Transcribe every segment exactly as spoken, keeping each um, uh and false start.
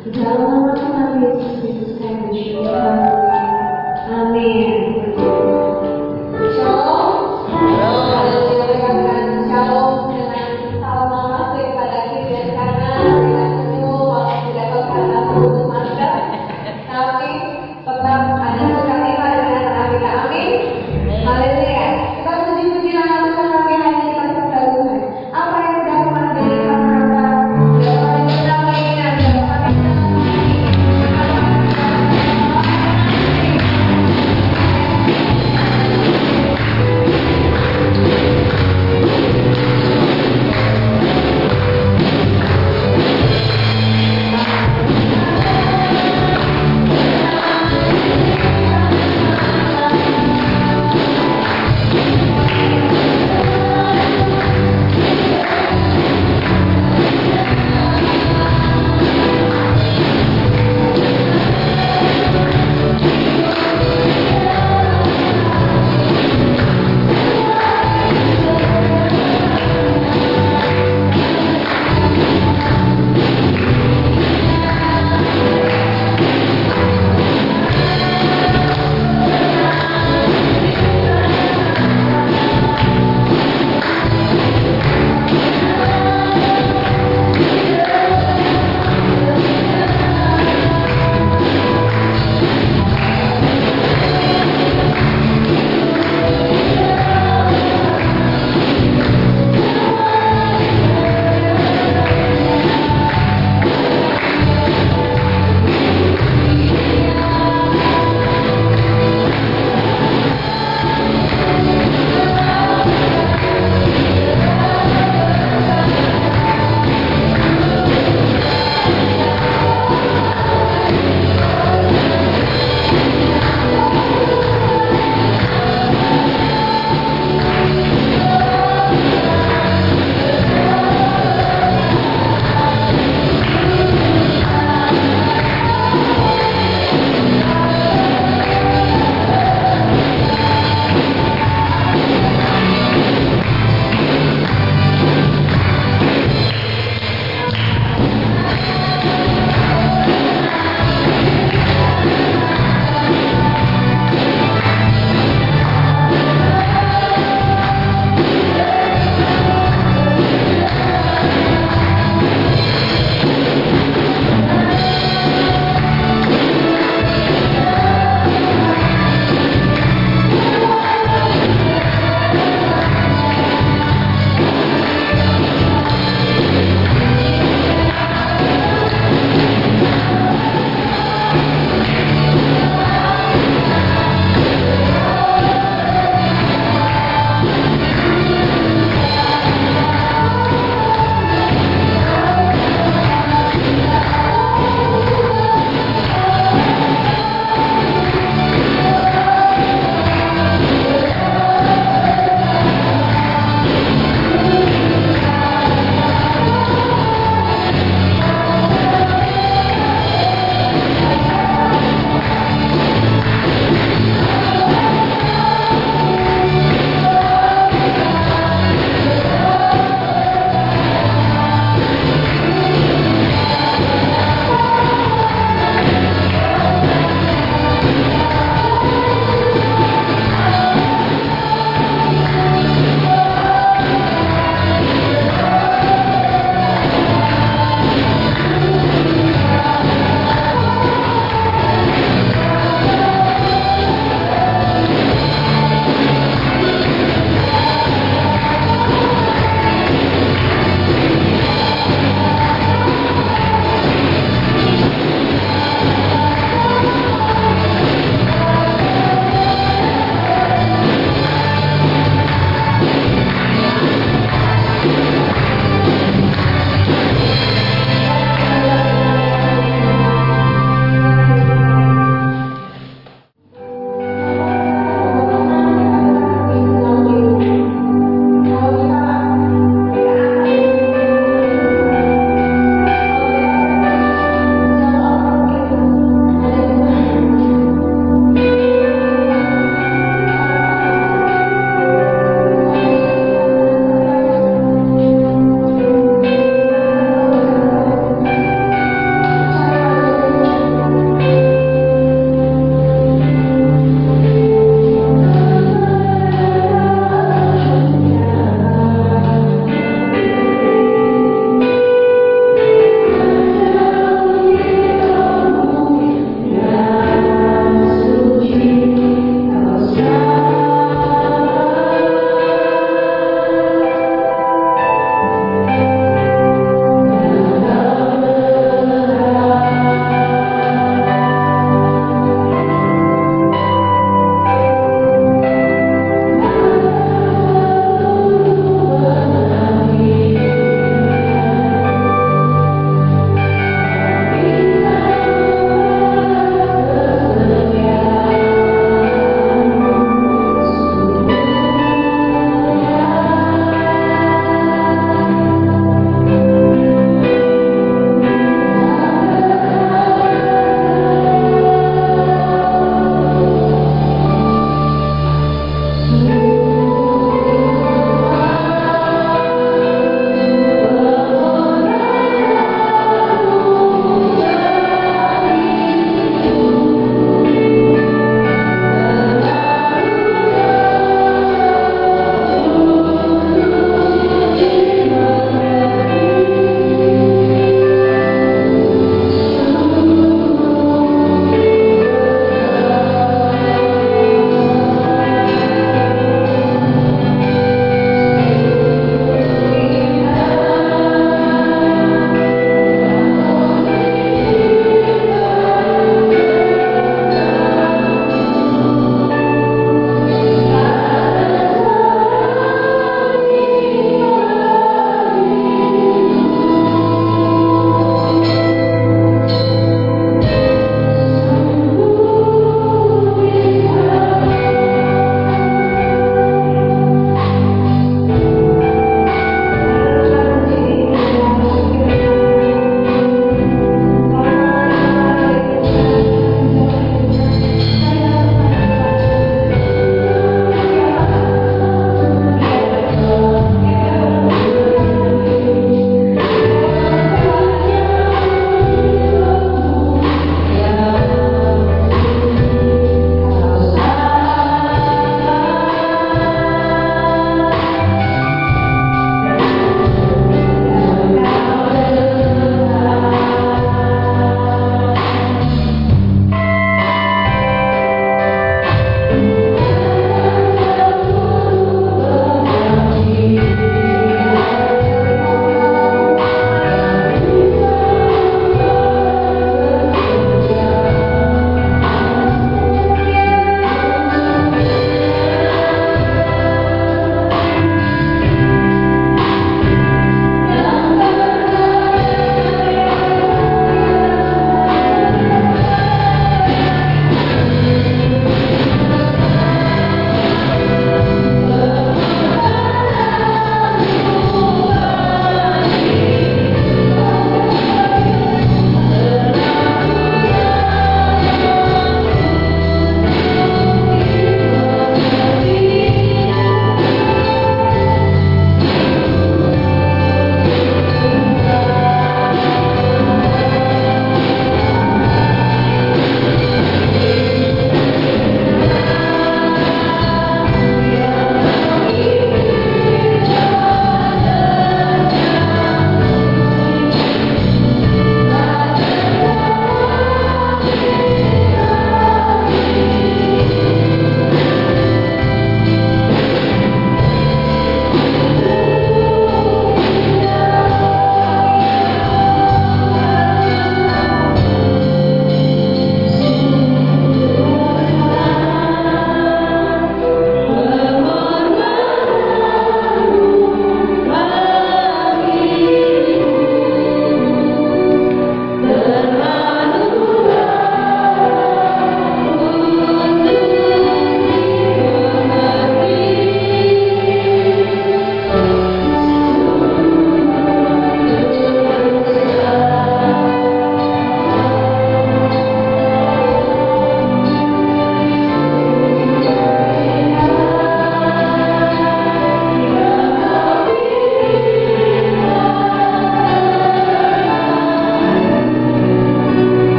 Di dalam nama Tuhan Yesus Kristus kami bersyukur. Amin. Shalom. Haleluya, rekan-rekan. Shalom dengan salam namaste kepada kiri dan kanan. Kita semua walaupun tidak pakai satu masker, tapi tetap ada sukacita di antara kita. Amin. Haleluya. Kita puji-puji nama Tuhan kami hanya kita kepada Tuhan. Apa yang sudah pernah jadi kata-kata dalam pendamaian, dalam pendamaian.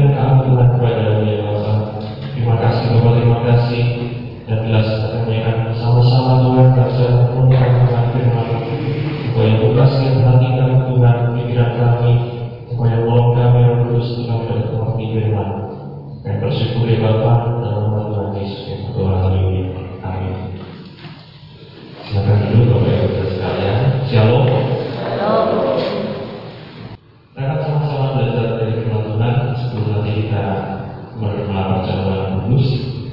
dengan keagungan kepada-Mu ya Bapa. Terima kasih Bapa, terima kasih. Dan bila kami akan bersama-sama Tuhan baca merenungkan firman, supaya bebaskan hati kami Tuhan, pikiran kami, supaya mulut kami yang kudus Tuhan pada mengerti firman. Kami bersyukur ya Bapa, dalam nama Tuhan Yesus yang berdoa hari ini. Amin. Silakan dulu Bapak Ibu saudara sekalian. Shalom. Shalom. Kita akan sama-sama belajar dari firman Tuhan sebelum nanti kita menerima bacaan kudus.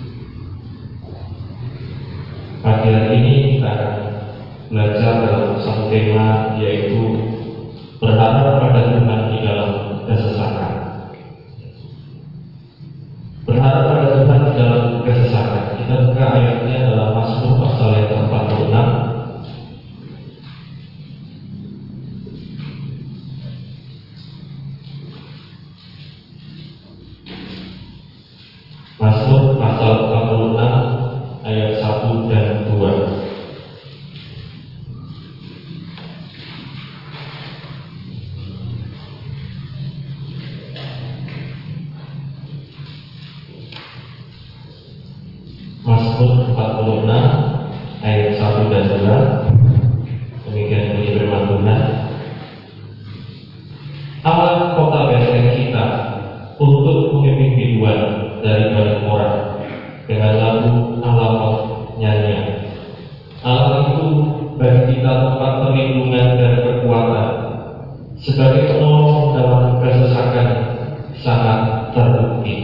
Pagi hari ini kita akan belajar dalam satu tema, yaitu berharap pada Tuhan di dalam kesesakan. Berharap pada Tuhan di dalam kesesakan. Kita buka ayatnya dalam Mazmur pasal yang ke empat puluh enam. Mazmur pasal empat puluh enam ayat satu dan dua. Mazmur empat puluh enam ayat satu dan dua. Demikian bunyi firman Tuhan. Allah kota benteng kita untuk memimpin biduan dari banyak orang dengan lagu Alamot nyanyian. Allah itu bagi kita tempat perlindungan dan kekuatan, sebagai penolong dalam kesesakan sangat terbukti.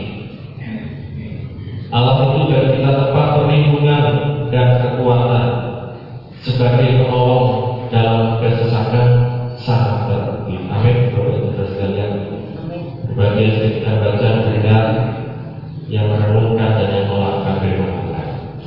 Allah itu bagi kita tempat perlindungan dan kekuatan, sebagai penolong dalam kesesakan sangat terbukti. Amin. Bapak Ibu saudara sekalian, berbagai kita baca dengar yang merenungkan dan yang melakukan firman Tuhan.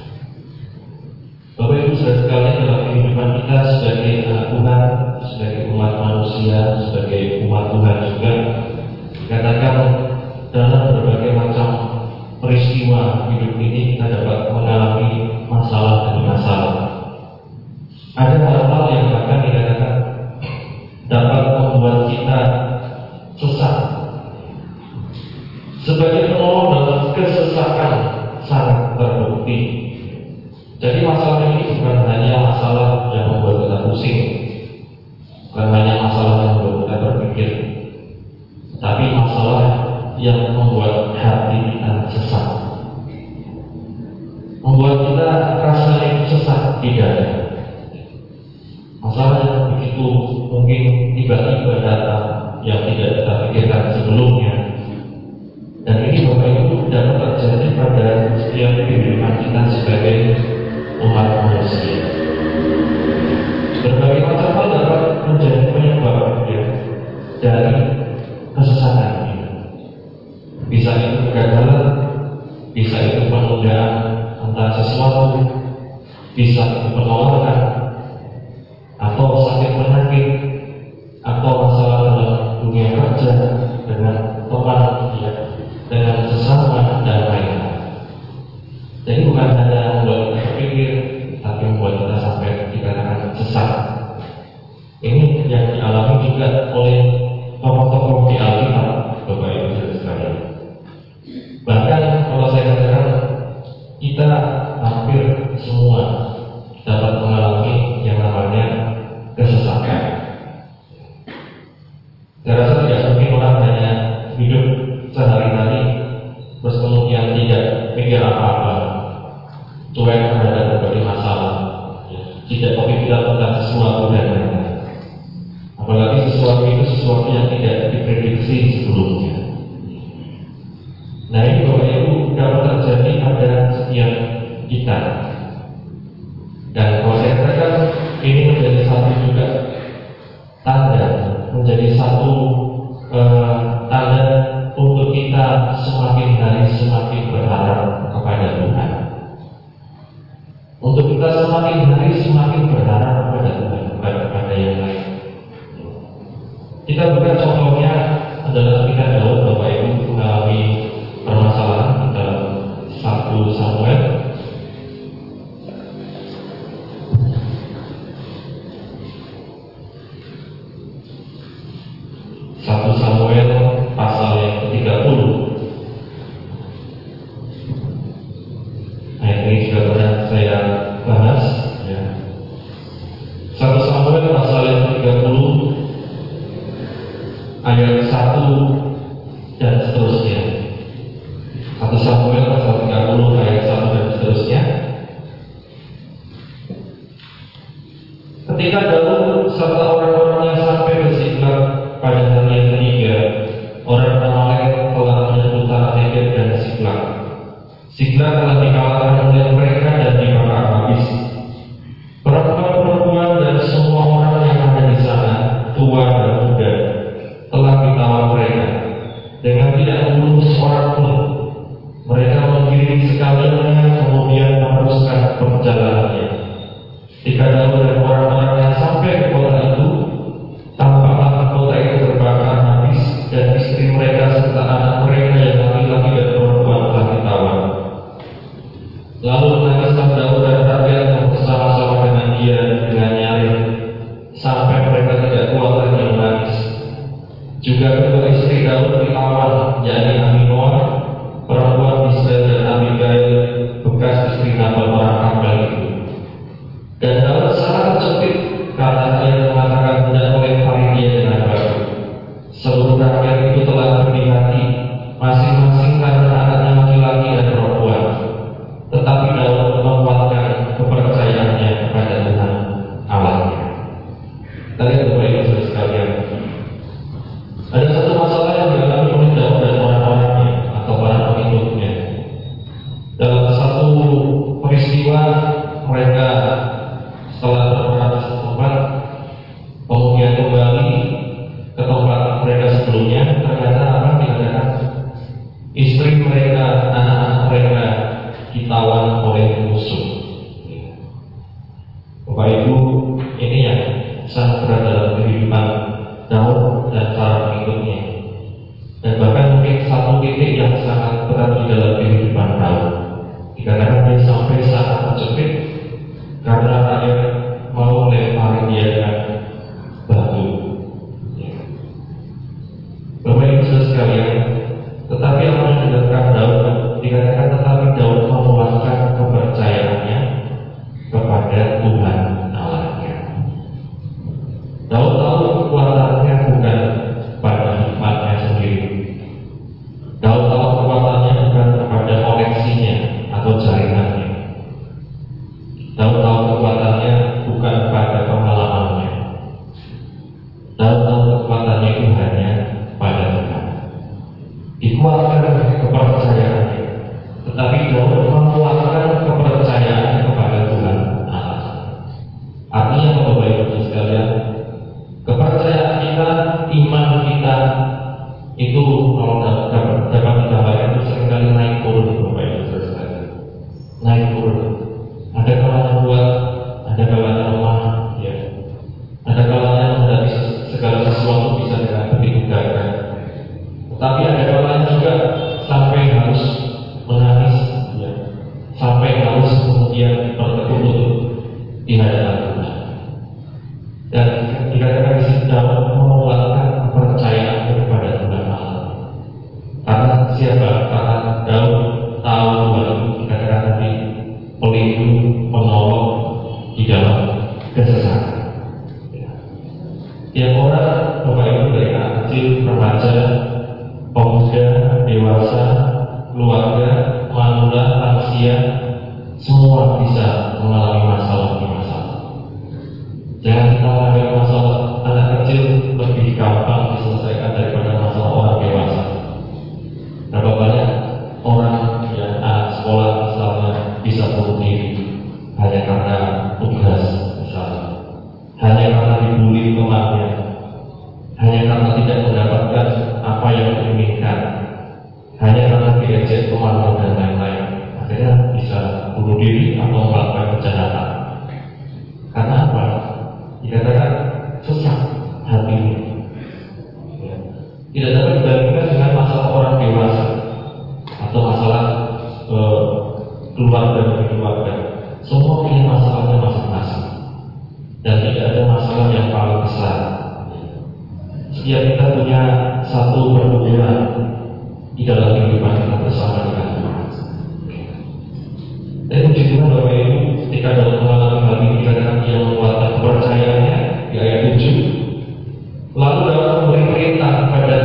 Bapak Ibu saudara sekalian, dalam kehidupan kita sebagai anak Tuhan, sebagai umat manusia, sebagai umat Tuhan juga, dikatakan dalam berbagai macam peristiwa hidup ini kita dapat mengalami masalah demi masalah. Ada hal-hal yang bahkan dikatakan dapat membuat kita sesat. Sebagai penolong dalam kesesakan sangat terbukti. Jadi masalah ini bukan hanya masalah yang membuat kita pusing, bukan hanya masalah yang membuat kita berpikir, tapi masalah yang membuat hati kita sesat, membuat kita rasanya sesat di dada. Masalah yang begitu mungkin tiba-tiba datang yang tidak kita pikirkan sebelumnya. Dan ini Bapak Ibu dapat terjadi pada setiap kehidupan kita sebagai umat manusia. Berbagai macam hal dapat menjadi penyebab ya, dari kesesatan ini. Bisa itu kegagalan, bisa itu penundaan antara sesuatu, bisa itu penolakan, atau sakit penyakit, atau masalah dalam dunia kerja dengan teman ya, dengan sesama dan lain-lain. Jadi bukan hanya membuat kita berpikir, tapi membuat kita sampai dikatakan sesat. Ini yang dialami juga oleh tokoh-tokoh di Alkitab, Bapak Ibu saudara sekalian. Bahkan kalau saya katakan, kita hampir semua dapat mengalami yang namanya kesesatan. Saya rasa tidak mungkin orang hanya hidup sehari-hari terus kemudian tidak mikir apa-apa, cuek terhadap berbagai masalah, ya, tidak memikirkan tentang sesuatu dan lain-lain. Apalagi sesuatu itu sesuatu yang tidak diprediksi sebelumnya. Nah ini Bapak Ibu dapat terjadi pada setiap kita. Dan kalau saya katakan ini menjadi satu juga tanda, menjadi satu eh, tanda untuk kita semakin hari semakin berharap kepada Tuhan. Untuk kita semakin hari semakin berharap kepada Tuhan, bukan kepada yang lain. Kita bukan contohnya adalah ketika Daud Bapak Ibu mengalami permasalahan dalam satu Samuel. satu Samuel pasal yang ke tiga puluh. ayat satu dan seterusnya. satu Samuel pasal tiga puluh ayat satu dan seterusnya. Ketika Daud serta orang-orangnya sampai ke Siklag pada hari yang ketiga, orang Amalek telah menyerbu tanah Negev dan Siklag. Siklag telah dikalahkan oleh mereka dan dibakar habis. Perempuan-perempuan dan semua orang yang ada di sana, tua dan muda, telah ditawan mereka dengan tidak membunuh seorang pun. Mereka mengirim sekaliannya kemudian meneruskan perjalanannya. Ketika Daud dan orang-orangnya sampai ke kota itu, tampaklah kota itu terbakar habis dan istri mereka serta anak mereka yang laki-laki dan perempuan telah ditawan. Lalu menangislah Daud dan rakyat yang bersama-sama dengan dia dengan nyaring sampai mereka tidak kuat lagi menangis. Juga kedua istri Daud ditawan, yakni Ahinoam, perempuan Israel, dan Abigail, bekas istri Nabal orang Karmel itu. Dan Daud sangat tercekik karena ia mengatakan tidak melempari dia dengan batu. Seluruh rakyat itu telah berdiri hati, masing-masing karena anaknya laki-laki dan perempuan. Tetapi Daud menguatkan kepercayaannya kepada Tuhan Allahnya. Kalian Bapak Ibu sekalian, ada satu masalah yang dialami oleh Daud dan orang-orangnya atau para pengikutnya. Dalam satu peristiwa mereka setelah berperang di tempat, kemudian kembali ke tempat mereka sebelumnya, ternyata apa dikatakan? Istri mereka, anak-anak mereka ditawan oleh musuh. Bapak Ibu, ini yang sangat berat dalam kehidupan Daud dan para pengikutnya. Dan bahkan mungkin satu titik yang sangat berat di dalam kehidupan Daud. Dikatakan dia sampai sangat terjepit karena rakyat mau melempari dia dengan batu. Bapak Ibu sekalian, tetapi apa yang dilakukan Daud? Dikatakan tetapi Daud menguatkan kepercayaannya kepada Tuhan Allahnya. Daud tahu kekuatannya bukan pada hikmatnya sendiri. Daud tahu kekuatannya bukan kepada koleksinya atau jaringannya. Daud tahu kekuatannya bukan pada pengalamannya. Daud tahu kekuatannya itu hanya pada Tuhan. Dikuatkan kepercayaannya, tetapi Daud menguatkan kepercayaannya kepada Tuhan Allah. Artinya Bapak Ibu sekalian, kepercayaan kita, iman kita itu kalau dapat dapat digambarkan itu seringkali naik turun Bapak Ibu sekalian. Naik turun. Ada kalanya kuat, ada kalanya lemah, ya. Ada kalanya menghadapi segala sesuatu bisa dengan begitu gagah. Tetapi ada kalanya juga sampai harus menangis, ya. Sampai harus kemudian bertekuk lutut di hadapan Tuhan. Dan dikatakan di sini Daud menguatkan kepercayaan kepada Tuhan Allah. Karena siapa? Karena Daud tahu Tuhan dikatakan tadi pelindung, penolong di dalam kesesakan. Tiap orang, Bapak Ibu, dari anak kecil, remaja, pemuda, dewasa, keluarga, manula, lansia, semua bisa mengalami masalah di masalah. Jangan kita menganggap masalah anak kecil lebih gampang diselesaikan daripada masalah orang dewasa. Berapa banyak orang yang anak sekolah misalnya bisa bunuh diri hanya karena tugas misalnya, hanya karena dibully temannya, hanya karena tidak mendapatkan apa yang diinginkan, hanya karena diejek teman dan lain-lain, akhirnya bisa bunuh diri atau melakukan kejahatan. Karena apa? Dikatakan sesak hatinya. Ya. Tidak dapat dibandingkan dengan masalah orang dewasa atau masalah eh, keluarga demi keluarga. Semua punya masalahnya masing-masing, dan tidak ada masalah yang paling besar. Setiap kita punya satu pergumulan di dalam kehidupan kita bersama dengan Tuhan. Dan puji Tuhan Bapak Ibu, ketika Daud mengalami hal ini, dikatakan dia menguatkan kepercayaannya di ayat tujuh. Lalu Daud memberi perintah kepada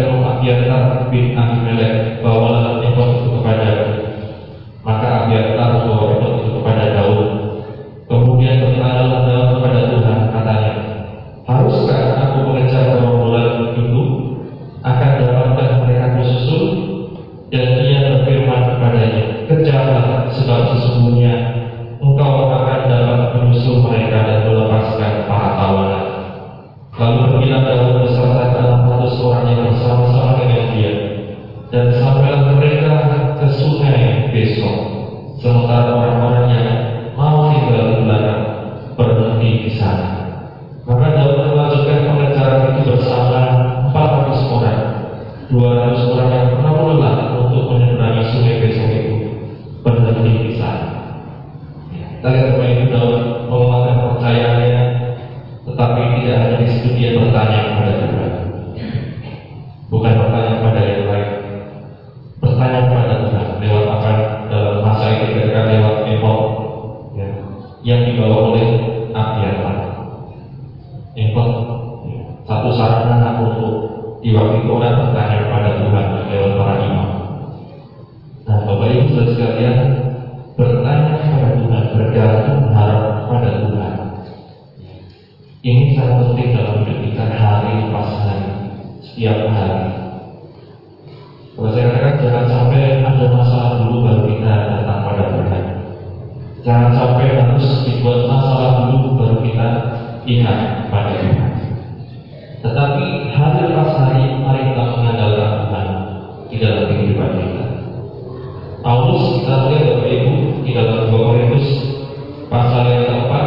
sebab sesungguhnya engkau akan dapat menyusul mereka dan melepaskan para tawanan. Lalu pergilah Daud beserta enam ratus orang yang bersama-sama dengan dia, dan sampailah mereka ke sungai Besor, sementara orang-orang yang mau tinggal di belakang berhenti di sana. Maka Daud melanjutkan pengejaran itu bersama empat ratus orang. dua ratus orang yang pernah lelah untuk menyeberangi sungai Besor itu berhenti di sana. Kita lihat bahwa itu Daud menguatkan percayaannya, tetapi tidak hanya di situ dia bertanya kepada Tuhan. Bukan bertanya kepada yang lain, bertanya kepada Tuhan lewat apa dalam masa itu ketika lewat efod ya, yang dibawa oleh Abiatar. Efod satu sarana untuk di waktu itu orang bertanya kepada Tuhan lewat para imam. Nah, Bapak Ibu saudara sekalian, bertanya kepada Tuhan, bergantung harap kepada Tuhan. Ini sangat penting dalam hidup kita hari lepas hari, setiap hari. Kalau saya katakan jangan sampai ada masalah dulu baru kita datang pada Tuhan. Jangan sampai harus dibuat masalah dulu baru kita ingat pada Tuhan. Tetapi hari lepas hari, mari kita mengandalkan Tuhan di dalam kehidupan kita. Paulus, kita lihat Bapak Ibu di dalam dua Korintus pasal yang keempat,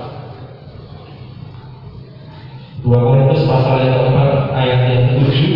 dua Korintus pasal yang keempat ayat yang ketujuh.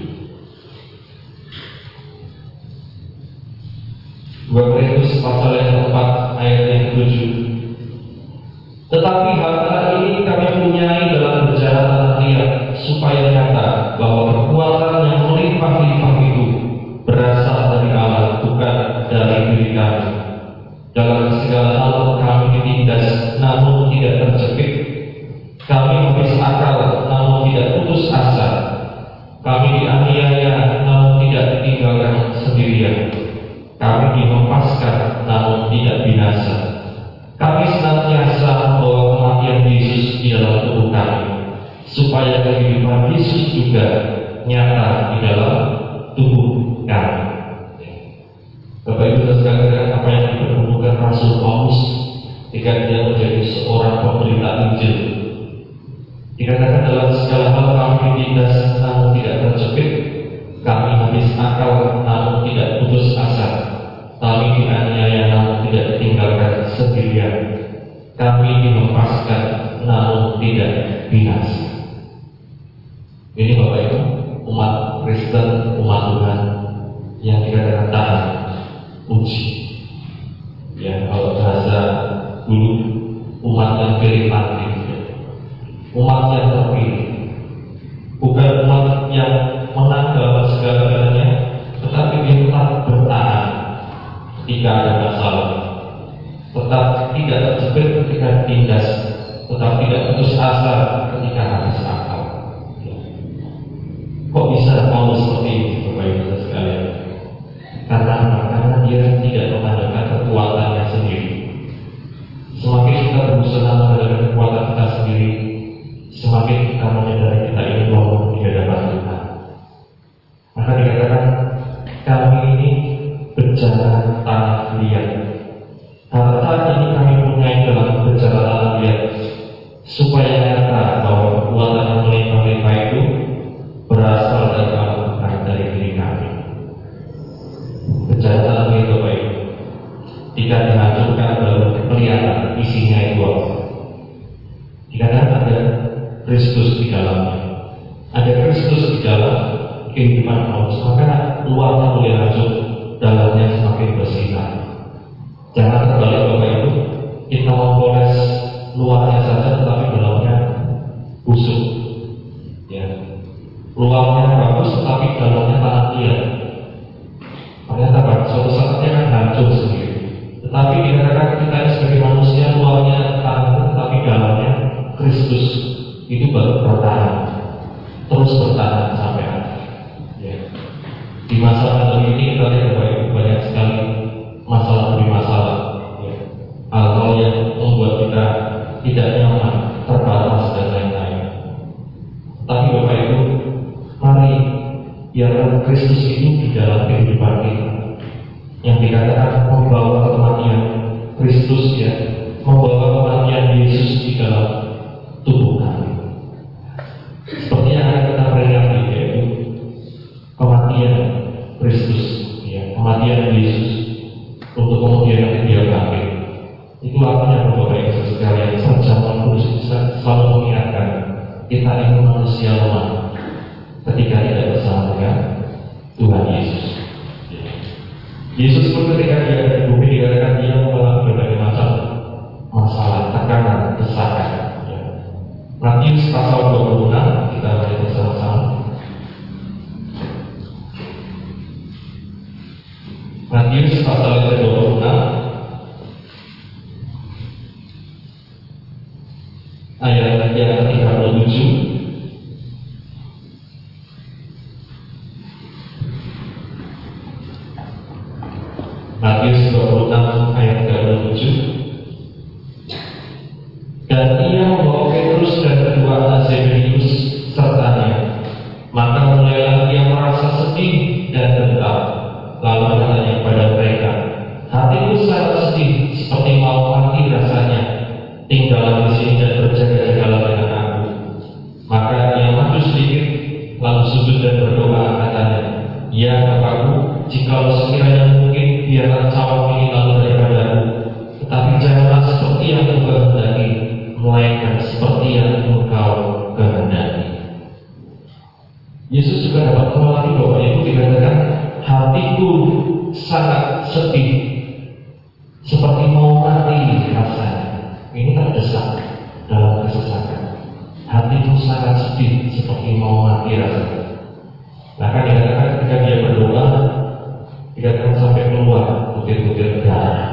dua Korintus pasal yang keempat ayat yang ketujuh. Tetapi hal-hal ini kami punyai dalam berjalan tanah liat, supaya nyata bahwa kekuatan yang melimpah-limpah itu berasal dari Allah, bukan dari diri kami. Dalam segala hal kami ditindas, namun tidak terjepit. Kami habis akal, namun tidak putus asa. Kami dianiaya, namun tidak ditinggalkan sendirian. Kami dihempaskan, namun tidak binasa. Kami senantiasa membawa kematian Yesus di dalam tubuh kami, supaya kehidupan Yesus juga nyata di dalam tubuh kami. Bapak Ibu sekalian, apa yang dipertemukan Rasul Paulus ketika dia menjadi seorang pemberita Injil, dikatakan dalam segala hal kami ditindas namun tidak terjepit, kami habis akal namun tidak putus asa, kami dianiaya namun tidak ditinggalkan sendirian, kami dihempaskan namun tidak binasa. Ini Bapak Ibu, umat Kristen, umat Tuhan yang dikatakan tahan uji. Ya, kalau bahasa dulu umat yang pilih mati, umat yang terpilih, bukan umat yang menang dalam segala-galanya, tetapi dia tetap bertahan ketika ada masalah, tetap tidak terjepit ketika ditindas, tetap tidak putus asa ketika habis akal. Kok bisa Paulus seperti ini, Bapak Ibu sekalian? Karena karena dia tidak mengandalkan kekuatannya sendiri. Semakin kita berusaha mengandalkan kekuatan kita sendiri, semakin kita menyadari kita ini lemah di hadapan Tuhan. Maka dikatakan kami ini berjalan tanah liat. Hal-hal ini kami punyai dalam berjalan tanah liat, supaya nyata bahwa kekuatan yang melimpah-limpah itu berasal dari Allah, bukan dari diri kami. Berjalan tanah liat Bapak Ibu, tidak dihancurkan baru kelihatan isinya itu apa. Dikatakan ada Kristus di dalamnya, ada Kristus di dalam kehidupan Paulus, maka luarnya boleh hancur, dalamnya semakin bersinar. Jangan terbalik Bapak Ibu, kita mempoles luarnya saja tetapi dalamnya busuk. Ya, luarnya bagus tetapi dalamnya tanah liat. Ternyata Pak, suatu saatnya kan hancur sendiri. Tetapi dikatakan kita sebagai manusia luarnya tanah tetapi dalamnya Kristus, itu baru bertahan, terus bertahan sampai akhir. Ya. Di masa pandemi ini kita lihat banyak sekali masalah demi masalah, ya. Hal-hal yang membuat kita tidak nyaman, terbatas dan lain-lain. Tapi Bapak Ibu, mari biarkan Kristus itu di dalam kehidupan kita, yang dikatakan membawa kematian Kristus ya membawa kematian Yesus di dalam tubuh kami. Seperti yang akan kita peringati yaitu kematian Kristus, ya, kematian Yesus untuk kemudian nanti dia bangkit. Itu artinya Bapak Ibu sekalian, Perjamuan Kudus bisa selalu mengingatkan kita ini manusia lemah ketika tidak bersama dengan Tuhan Yesus. Yesus pun ketika dia ada di bumi dikatakan dia mengalami berbagai macam masalah, tekanan, desakan. Ya. Matius pasal dua puluh enam kita baca bersama-sama. Matius pasal dua puluh enam ayat yang tiga puluh tujuh. Matius dua puluh enam ayat tiga puluh tujuh. Dan ia membawa Petrus dan kedua Zebedius sertanya. Maka mulailah ia merasa sedih dan gentar. Lalu katanya kepada mereka, hatiku sangat sedih seperti mau mati rasanya. Tinggallah di sini dan berjaga-jagalah dengan aku. Maka ia maju sedikit, lalu sujud dan berdoa katanya, ya Bapakku, jikalau sekiranya mungkin biarlah cawan ini lalu daripadaku, tetapi janganlah seperti yang Engkau kehendaki, melainkan seperti yang Engkau kehendaki. Yesus juga dapat mengalami bahwa itu dikatakan hatiku sangat sedih seperti mau mati rasanya. Ini terdesak dalam kesesakan. Hatiku sangat sedih seperti mau mati rasanya. Bahkan dikatakan ketika dia berdoa, dikatakan sampai keluar butir-butir darah.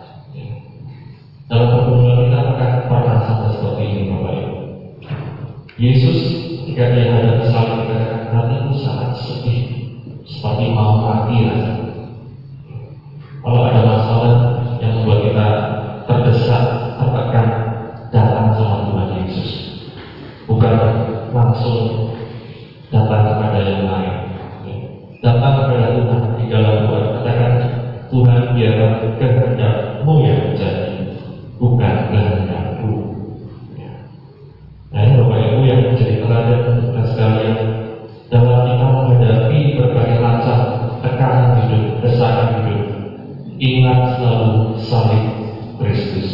Dalam pergumulan kita apakah pernah sampai seperti ini Bapak Ibu? Yesus ketika dia hadap salib dikatakan hatiku sangat sedih seperti mau mati rasanya. Kalau ada masalah yang membuat kita terdesak, tertekan, datang sama Tuhan Yesus. Bukan langsung datang kepada yang lain. Datang kepada Tuhan di dalam doa. Katakan, Tuhan biarlah kehendak-Mu yang terjadi, bukan kehendak-Ku. Nah ini Bapak Ibu yang menjadi teladan untuk kita sekalian dalam kita menghadapi berbagai macam tekanan hidup, desakan hidup. Ingat selalu salib Kristus.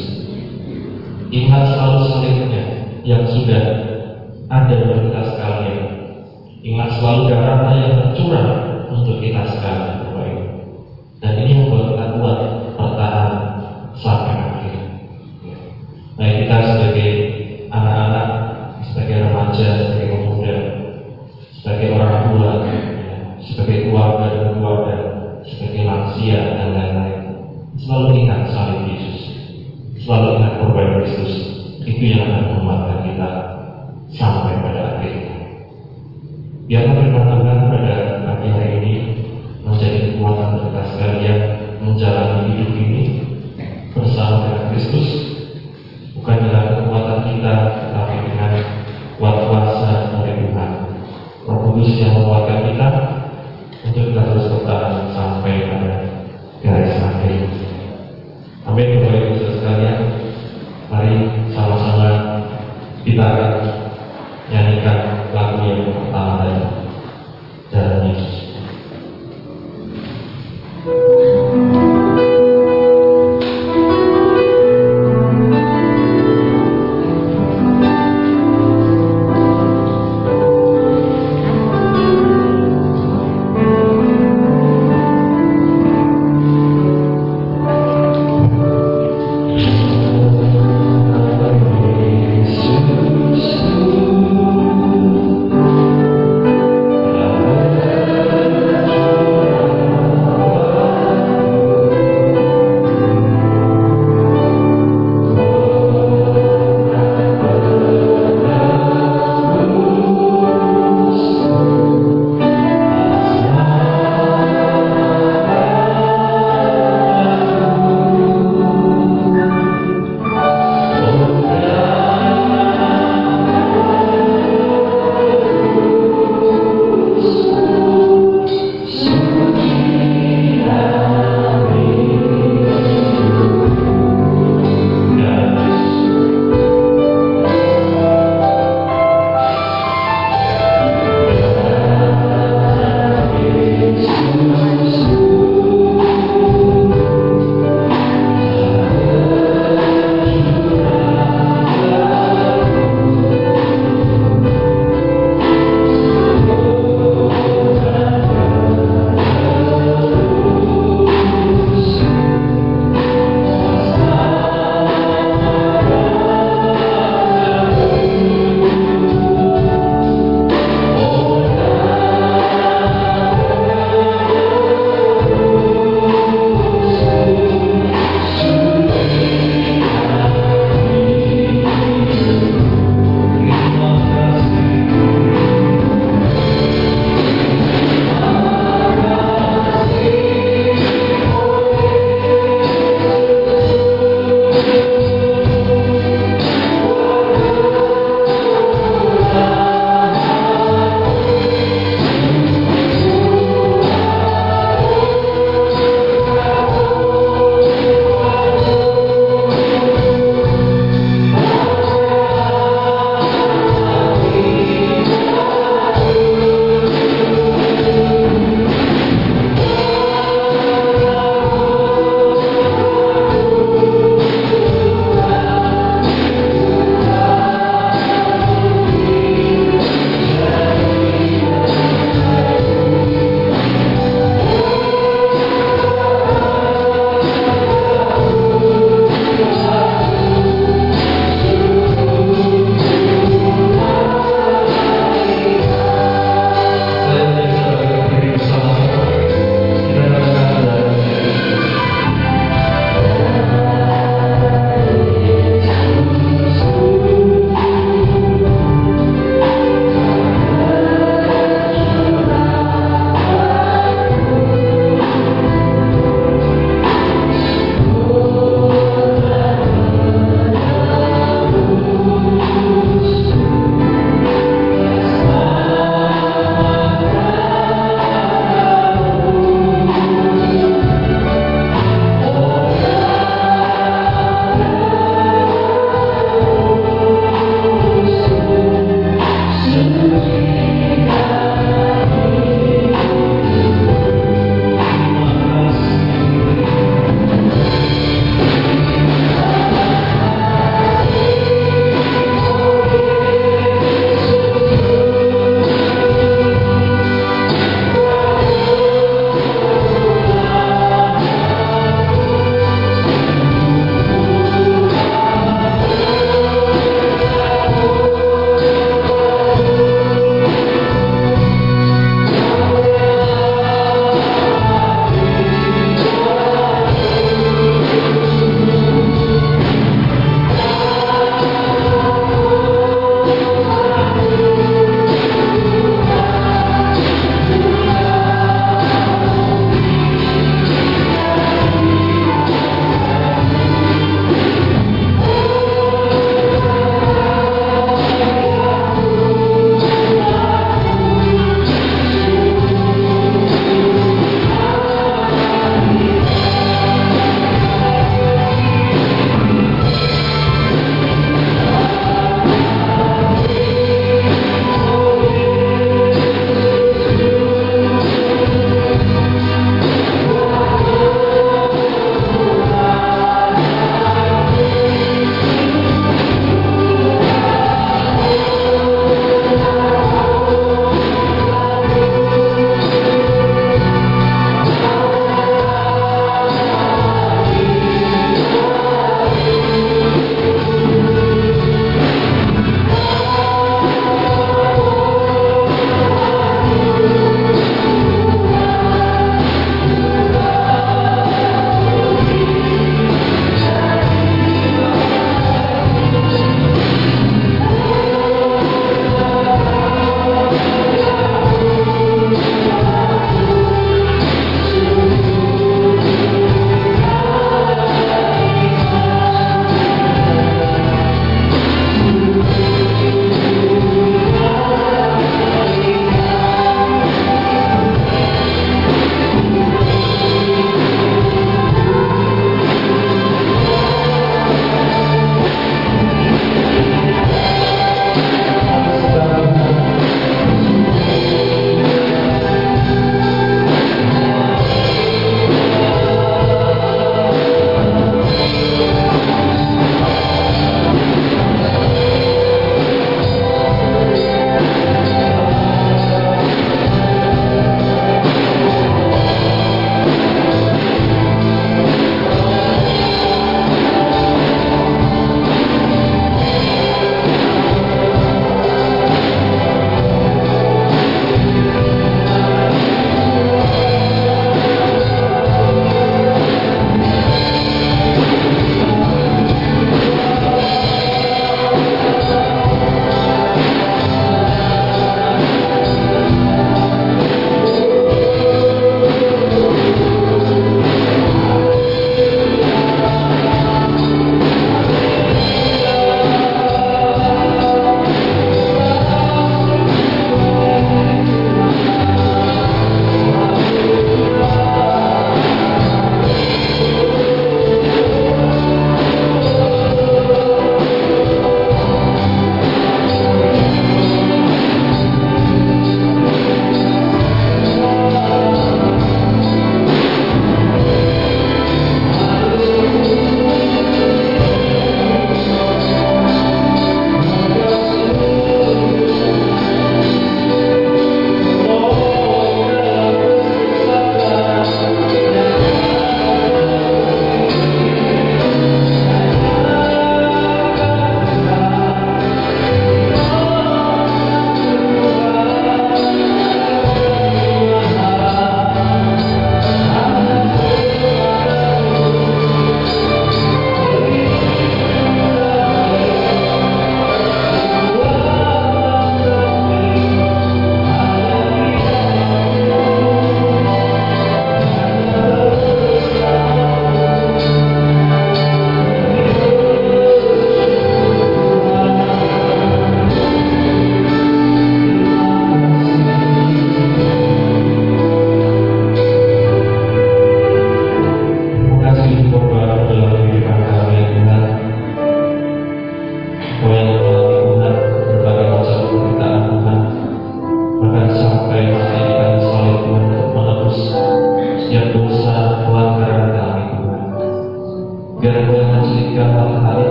Ingat selalu salibnya yang sudah ada bagi kita sekalian. Ingat selalu darahnya yang tercurah untuk kita sekalian, Bapak Ibu. Dan ini yang membuat kita kuat bertahan sampai akhir. Baik kita sebagai anak-anak, sebagai remaja, sebagai pemuda, sebagai orang tua, sebagai keluarga dan keluarga, sebagai lansia dan lain-lain, selalu ingat salib Yesus, selalu ingat korban Kristus. Itu yang akan menguatkan kita sampai pada akhirnya. Biarlah firman Tuhan pada pagi hari ini menjadi kekuatan untuk kita sekalian menjalani hidup ini bersama dengan Kristus, bukan dengan kekuatan kita, tetapi dengan kuat kuasa dari Tuhan. Roh Kudus yang menguatkan kita untuk kita terus bertahan sampai pada garis akhir. Amin. Bapak Ibu sekalian, mari sama-sama kita akan nyanyikan lagu yang pertama tadi, Jalan Yesus. Jalan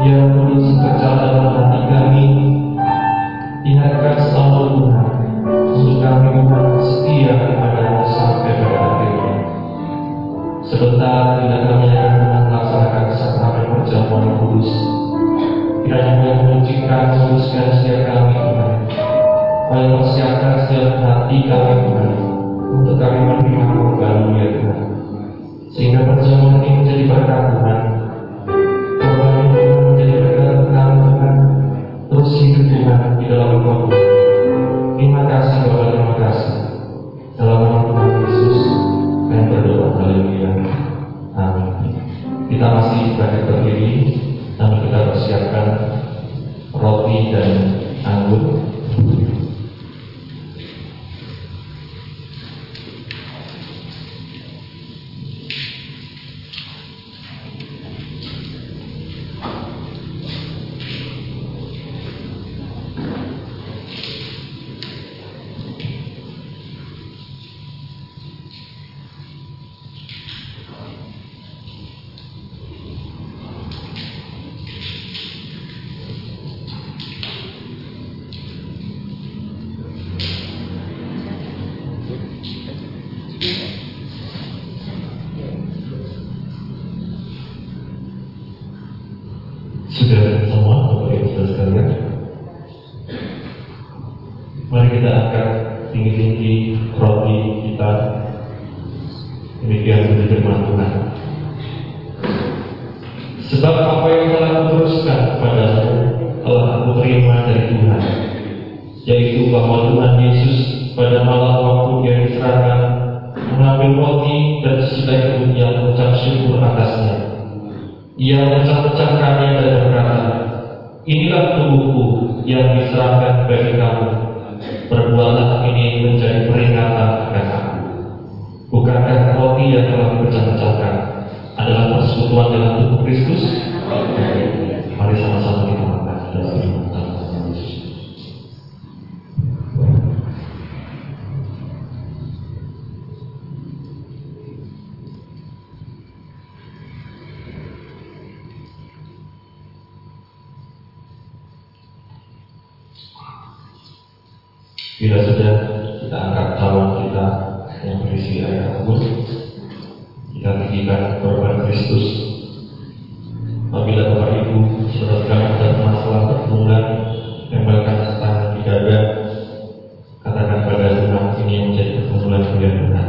Biar terus bekerja dalam hati kami. Ingatkan selalu Tuhan, untuk kami Tuhan setia kepada-Mu sampai pada akhirnya. Sebentar tidak kami akan Tuhan melaksanakan sakramen perjamuan kudus. Kiranya Tuhan menyucikan memuluskan setiap kami Tuhan. Kau persiapkan setiap hati kami Tuhan, untuk kami menerima korban ya Tuhan. Sehingga perjamuan ini menjadi berkat Tuhan. Korban ini menjadi berkat kami Tuhan. Terus hidup Tuhan di dalam Engkau. Terima kasih Bapa, terima kasih. Dalam nama Tuhan Yesus kami berdoa. Haleluya. Amin. Kita masih bangkit berdiri dan kita persiapkan roti dan anggur. Sudah semua, Bapak Ibu Saudara sekalian. Mari kita angkat tinggi-tinggi roti kita. Demikian menjadi firman Tuhan. Sebab apa yang telah kuteruskan kepadamu telah aku terima dari Tuhan, yaitu bahwa Tuhan Yesus pada malam waktu Dia diserahkan mengambil roti dan sesudah itu Ia mengucap syukur atasnya. Ia pecah-pecahkannya dan berkata, inilah tubuhku yang diserahkan bagi kamu. Perbuatlah ini menjadi peringatan akan aku. Bukankah roti yang telah dipecah-pecahkan adalah persekutuan dengan tubuh Kristus? Mari sama-sama kita makan dalam firman Tuhan Yesus. Bila sudah kita angkat cawan kita yang berisi air anggur, kita tinggikan korban Kristus. Apabila Bapak Ibu saudara ada masalah pergumulan, tempelkan tangan di dada, katakan pada Tuhan, ini yang menjadi pergumulan kalian Tuhan.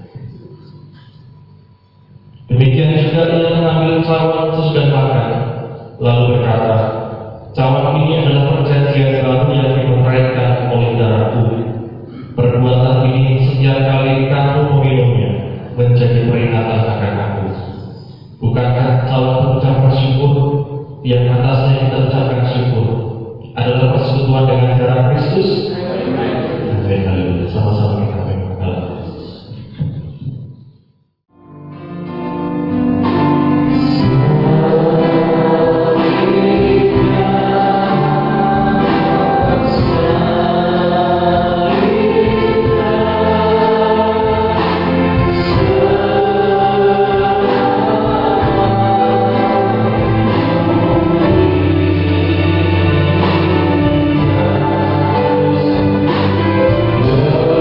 Demikian juga ia mengambil cawan sesudah makan, lalu berkata, cawan ini adalah perjanjian baru yang diperkaitkan oleh darahku. Perbuatlah ini setiap kali kamu meminumnya, menjadi peringatan akan aku. Bukankah cawan pengucap bersyukur yang atasnya kita ucapkan syukur adalah persekutuan dengan darah Kristus? Amin. Haleluya. Sama-sama kita mengucapkan. Oh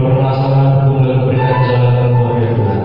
permasalahan mulai memberikan jalan keluar ya Tuhan.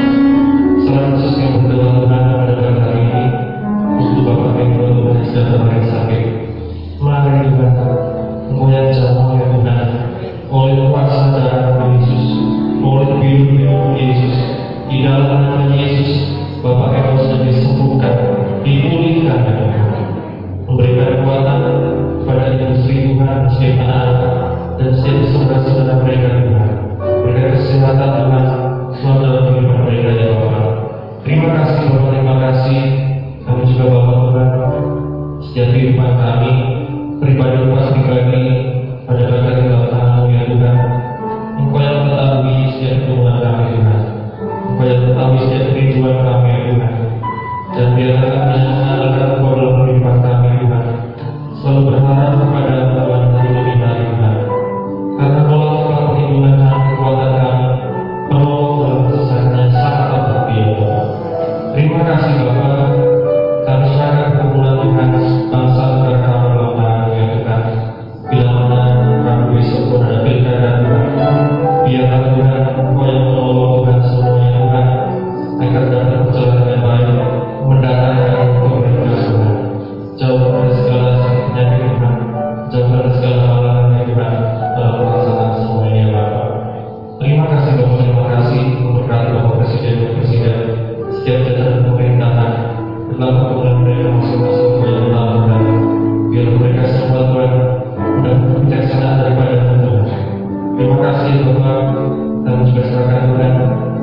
Salam khusus yang berdoa Tuhan pada pagi hari ini untuk Bapak Menko Tuhan sedang terbaring sakit. Mari Tuhan, Engkau yang jamah ya Tuhan, oleh kuasa darah Yesus, oleh biru-biru Yesus, di dalam nama Yesus, Bapak Menko sudah disembuhkan, dipulihkan ya Tuhan. Memberikan kekuatan kepada industri Tuhan, setiap anak-anak dan setiap saudara-saudara mereka Tuhan. Berikan kesehatan Tuhan selalu dalam kehidupan mereka ya Bapak. Terima kasih Bapak, terima kasih. Kami juga Bapak Tuhan, setiap kehidupan kami, pribadi lepas pribadi, pada bagian dalam tangan-Mu ya Tuhan. Engkau yang mengetahui setiap pertemuan kami Tuhan. Engkau yang mengetahui setiap kerinduan kami ya Tuhan. Dan biarlah kami yang mengandalkan Engkau dalam kehidupan kami Tuhan. Selalu berharap kepada Tuhan yang lebih dari Tuhan. Karena kalau Tuhan perlindungan dan kekuatan kami, penolong dalam kesusahan yang sangat berarti ya Bapak. Terima kasih Bapak. Kami serahkan perkebunan Tuhan bangsa negara kami dalam tangan-Mu ya Tuhan. Bila mana kami besok pun ada pilkada Tuhan, biarlah Tuhan Engkau yang menolong Tuhan semuanya Tuhan, agar dapat berjalan dengan baik, mendatangkan keberkatan Tuhan. Jauh dari segala sakit penyakit Tuhan, jauh dari segala halangan ya Tuhan, dalam pelaksanaan semuanya ya Bapak. Terima kasih Bapak, terima kasih memberkati Bapak Presiden dan Presiden, setiap jajaran pemerintahan, dalam kemudian mereka masing-masing yang telah Tuhan. Biar mereka semua Tuhan mendapat kebijaksanaan daripada Tuhan. Terima kasih Bapak, dan juga serahkan Tuhan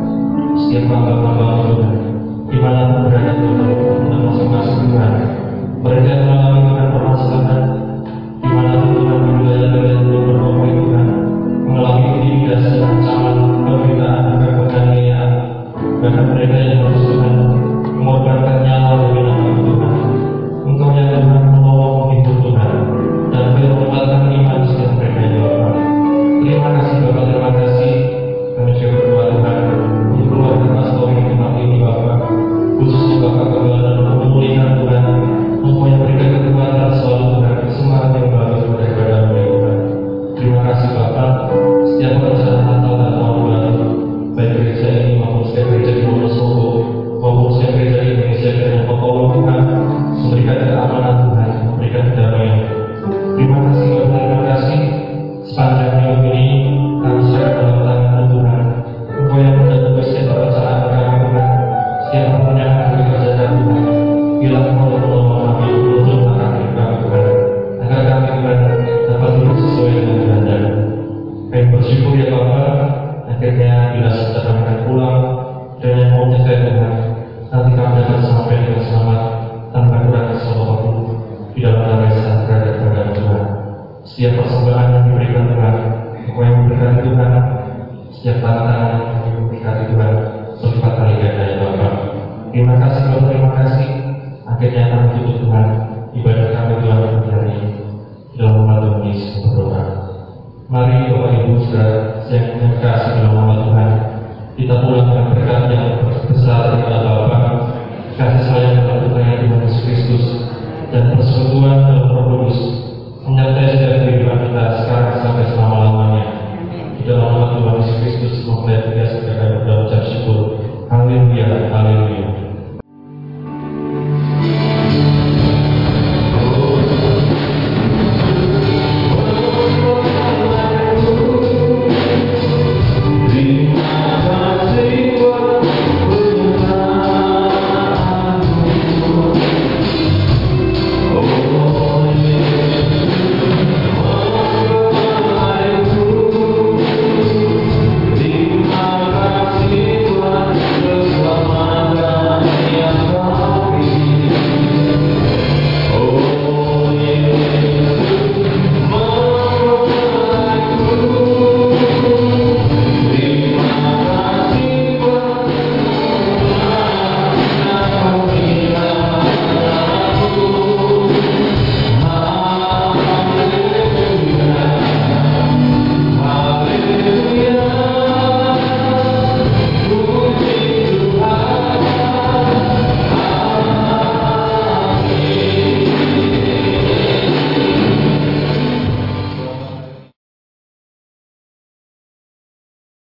setiap hamba-hamba Tuhan, di mana berada Tuhan dan masing-masing Tuhan. Mereka mengalami Tuhan permasalahan, di mana Tuhan di wilayah-wilayah Tuhan berkonflik Tuhan, mengalami intimidasi, ancaman, pemberitaan, dan penganiayaan. Bahkan mereka yang harus Tuhan mengorbankan nyawa demi nama Tuhan. Engkau yang Tuhan menolong menghibur Tuhan, dan biar menguatkan iman setiap mereka ya Bapak. Terima kasih Bapak, terima kasih. Kami juga berdoa Tuhan untuk keluarga pastor di tempat ini Bapak, khususnya Bapak kegagalan dan pemulihan Tuhan. Engkau yang berikan kekuatan selalu Tuhan, semangat yang baru daripada mereka Tuhan. Terima kasih Bapak. Setiap perencanaan Natal dan tahun baru, baik gereja ini maupun setiap gereja di Wonosobo maupun setiap gereja di Indonesia, dengan Bapak Tuhan memberikan keamanan Tuhan, memberikan kedamaian. Terima kasih Bapak, terima kasih. Sepanjang minggu ini kami serahkan dalam tangan Tuhan. Engkau yang menentukan setiap perencanaan kami Tuhan, setiap apapun yang akan kami kerjakan Tuhan. Bila Engkau yang menolong kami untuk menangani kami Tuhan, agar kami Tuhan dapat hidup sesuai dengan kehendak. Kami bersyukur ya Bapak, akhirnya bila sudah kami akan pulang dan yang mau menyertai Tuhan, nanti kami dapat sampai dengan selamat tanpa kurang sesuatu apapun di dalam damai sejahtera daripada Tuhan. Setiap persembahan yang diberikan Tuhan, Engkau yang memberikan Tuhan. Setiap tangan-tangan yang kami memberikan Tuhan, berlipat kali ganda ya Bapak. Terima kasih Bapak, terima kasih. Akhirnya kami tutup Tuhan ibadah kami Tuhan pada hari ini. Dalam nama Tuhan Yesus berdoa. Mari Bapak Ibu saudara yang terkasih dalam nama Tuhan, kita pulang dengan berkat yang besar daripada Bapa, kasih sayang dalam Tuhan Tuhan Yesus Kristus, dan persekutuan dalam Roh Kudus menyertai setiap kehidupan kita sekarang sampai selama-lamanya. Di dalam nama Tuhan Yesus Kristus, semoga kita segera berdoa ucap syukur. Haleluya, haleluya.